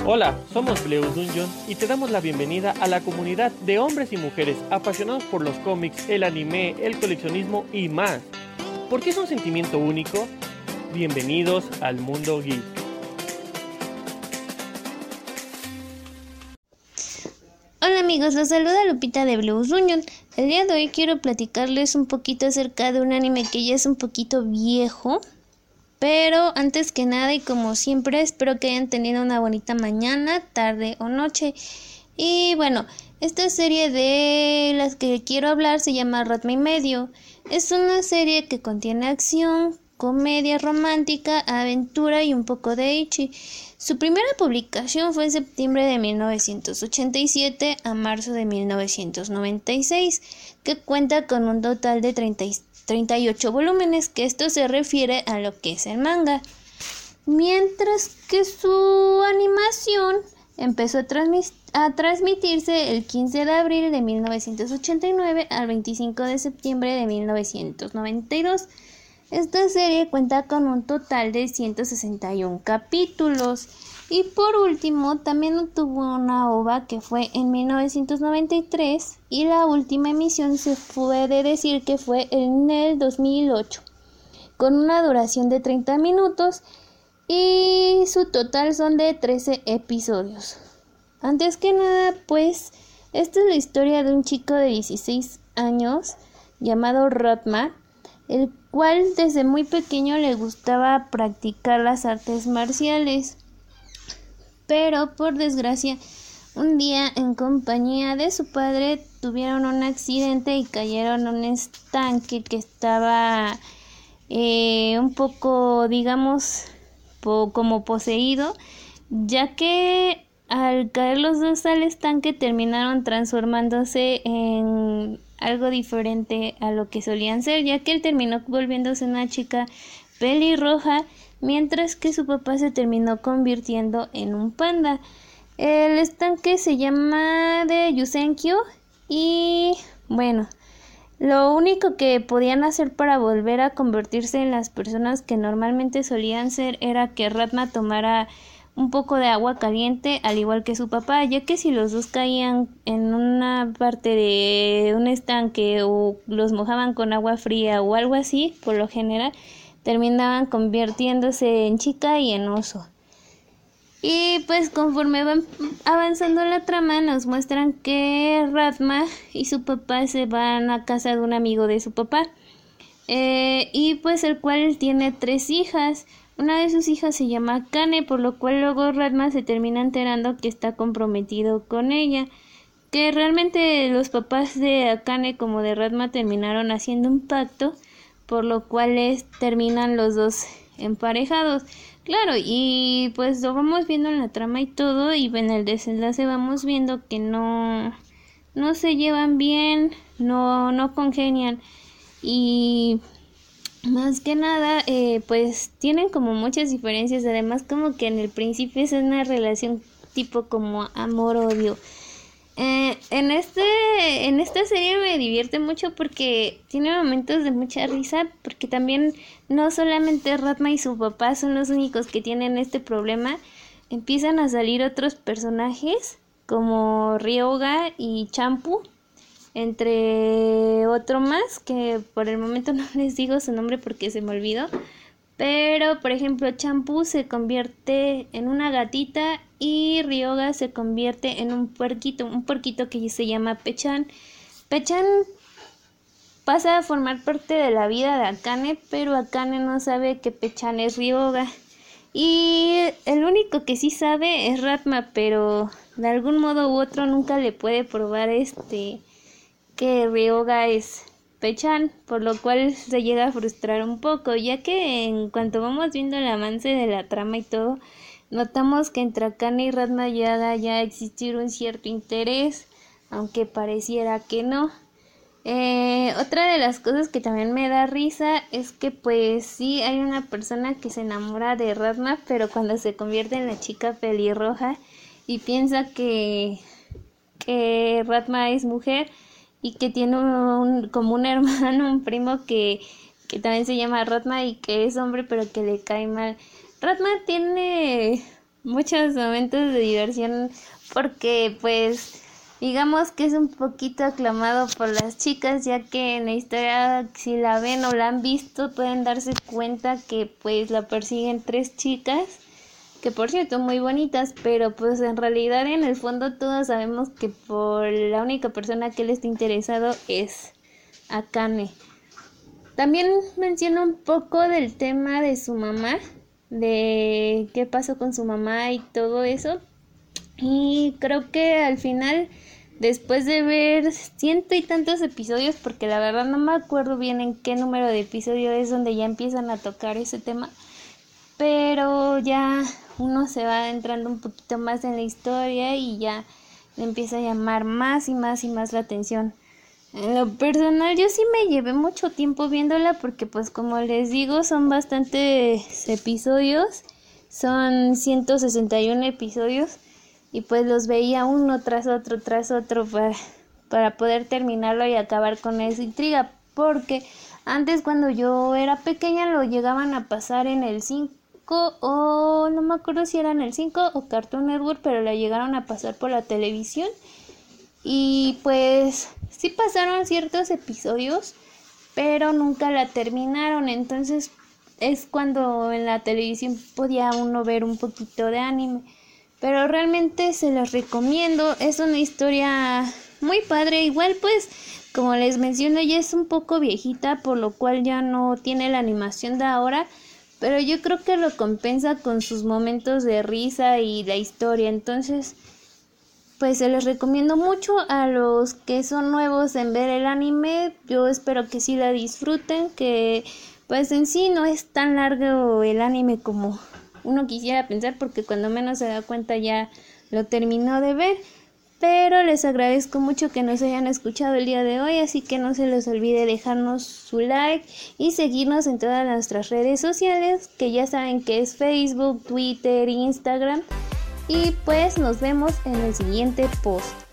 Hola, somos Bleus Dungeon y te damos la bienvenida a la comunidad de hombres y mujeres apasionados por los cómics, el anime, el coleccionismo y más. ¿Por qué es un sentimiento único? Bienvenidos al mundo geek. Hola amigos, los saluda Lupita de Bleus Dungeon. El día de hoy quiero platicarles un poquito acerca de un anime que ya es un poquito viejo. Pero antes que nada y como siempre, espero que hayan tenido una bonita mañana, tarde o noche. Y bueno, esta serie de las que quiero hablar se llama Ranma y medio. Es una serie que contiene acción, comedia romántica, aventura y un poco de ecchi. Su primera publicación fue en septiembre de 1987 a marzo de 1996, que cuenta con un total de 38 volúmenes, que esto se refiere a lo que es el manga. Mientras que su animación empezó a transmitirse el 15 de abril de 1989 al 25 de septiembre de 1992. Esta serie cuenta con un total de 161 capítulos. Y por último, también tuvo una OVA que fue en 1993 y la última emisión se puede decir que fue en el 2008, con una duración de 30 minutos y su total son de 13 episodios. Antes que nada, pues, esta es la historia de un chico de 16 años llamado Ranma, el cual desde muy pequeño le gustaba practicar las artes marciales. Pero por desgracia, un día en compañía de su padre tuvieron un accidente y cayeron en un estanque que estaba un poco, digamos, como poseído, ya que al caer los dos al estanque terminaron transformándose en algo diferente a lo que solían ser, ya que él terminó volviéndose una chica pelirroja, mientras que su papá se terminó convirtiendo en un panda. El estanque se llama de Yusenkyo y bueno, lo único que podían hacer para volver a convertirse en las personas que normalmente solían ser era que Ranma tomara un poco de agua caliente al igual que su papá, ya que si los dos caían en una parte de un estanque o los mojaban con agua fría o algo así, por lo general terminaban convirtiéndose en chica y en oso. Y pues conforme van avanzando la trama nos muestran que Ranma y su papá se van a casa de un amigo de su papá, y pues el cual tiene 3 hijas. Una de sus hijas se llama Akane, por lo cual luego Ranma se termina enterando que está comprometido con ella, que realmente los papás de Akane como de Ranma terminaron haciendo un pacto, por lo cual terminan los dos emparejados. Claro, y pues lo vamos viendo en la trama y todo, y en el desenlace vamos viendo que no se llevan bien, no congenian, y más que nada pues tienen como muchas diferencias. Además, como que en el principio es una relación tipo como amor-odio. En esta serie me divierte mucho porque tiene momentos de mucha risa, porque también no solamente Ranma y su papá son los únicos que tienen este problema. Empiezan a salir otros personajes como Ryoga y Champu, entre otro más que por el momento no les digo su nombre porque se me olvidó. Pero, por ejemplo, Champu se convierte en una gatita y Ryoga se convierte en un puerquito que se llama Pechan. Pechan pasa a formar parte de la vida de Akane, pero Akane no sabe que Pechan es Ryoga. Y el único que sí sabe es Ranma, pero de algún modo u otro nunca le puede probar que Ryoga es Pechan, por lo cual se llega a frustrar un poco, ya que en cuanto vamos viendo el avance de la trama y todo, notamos que entre Akane y Ranma llega ya a existir un cierto interés, aunque pareciera que no. Otra de las cosas que también me da risa es que pues sí hay una persona que se enamora de Ranma, pero cuando se convierte en la chica pelirroja y piensa que Ranma es mujer, y que tiene como un hermano, un primo que también se llama Ranma y que es hombre pero que le cae mal. Ranma tiene muchos momentos de diversión porque pues digamos que es un poquito aclamado por las chicas, ya que en la historia, si la ven o la han visto, pueden darse cuenta que pues la persiguen 3 chicas, que por cierto muy bonitas, pero pues en realidad en el fondo todos sabemos que por la única persona que él está interesado es Akane. También menciona un poco del tema de su mamá, de qué pasó con su mamá y todo eso. Y creo que al final, después de ver 100 y tantos episodios, porque la verdad no me acuerdo bien en qué número de episodio es donde ya empiezan a tocar ese tema, pero ya uno se va adentrando un poquito más en la historia y ya le empieza a llamar más y más y más la atención. En lo personal yo sí me llevé mucho tiempo viéndola porque pues como les digo son bastantes episodios, son 161 episodios y pues los veía uno tras otro para poder terminarlo y acabar con esa intriga, porque antes cuando yo era pequeña lo llegaban a pasar en el 5 o no me acuerdo si era en el 5 o Cartoon Network, pero la llegaron a pasar por la televisión y pues sí pasaron ciertos episodios, pero nunca la terminaron, entonces es cuando en la televisión podía uno ver un poquito de anime. Pero realmente se los recomiendo, es una historia muy padre, igual pues como les menciono ya es un poco viejita, por lo cual ya no tiene la animación de ahora, pero yo creo que lo compensa con sus momentos de risa y la historia, entonces pues se los recomiendo mucho a los que son nuevos en ver el anime. Yo espero que sí la disfruten, que pues en sí no es tan largo el anime como uno quisiera pensar, porque cuando menos se da cuenta ya lo terminó de ver. Pero les agradezco mucho que nos hayan escuchado el día de hoy, así que no se les olvide dejarnos su like y seguirnos en todas nuestras redes sociales, que ya saben que es Facebook, Twitter, Instagram. Y pues nos vemos en el siguiente post.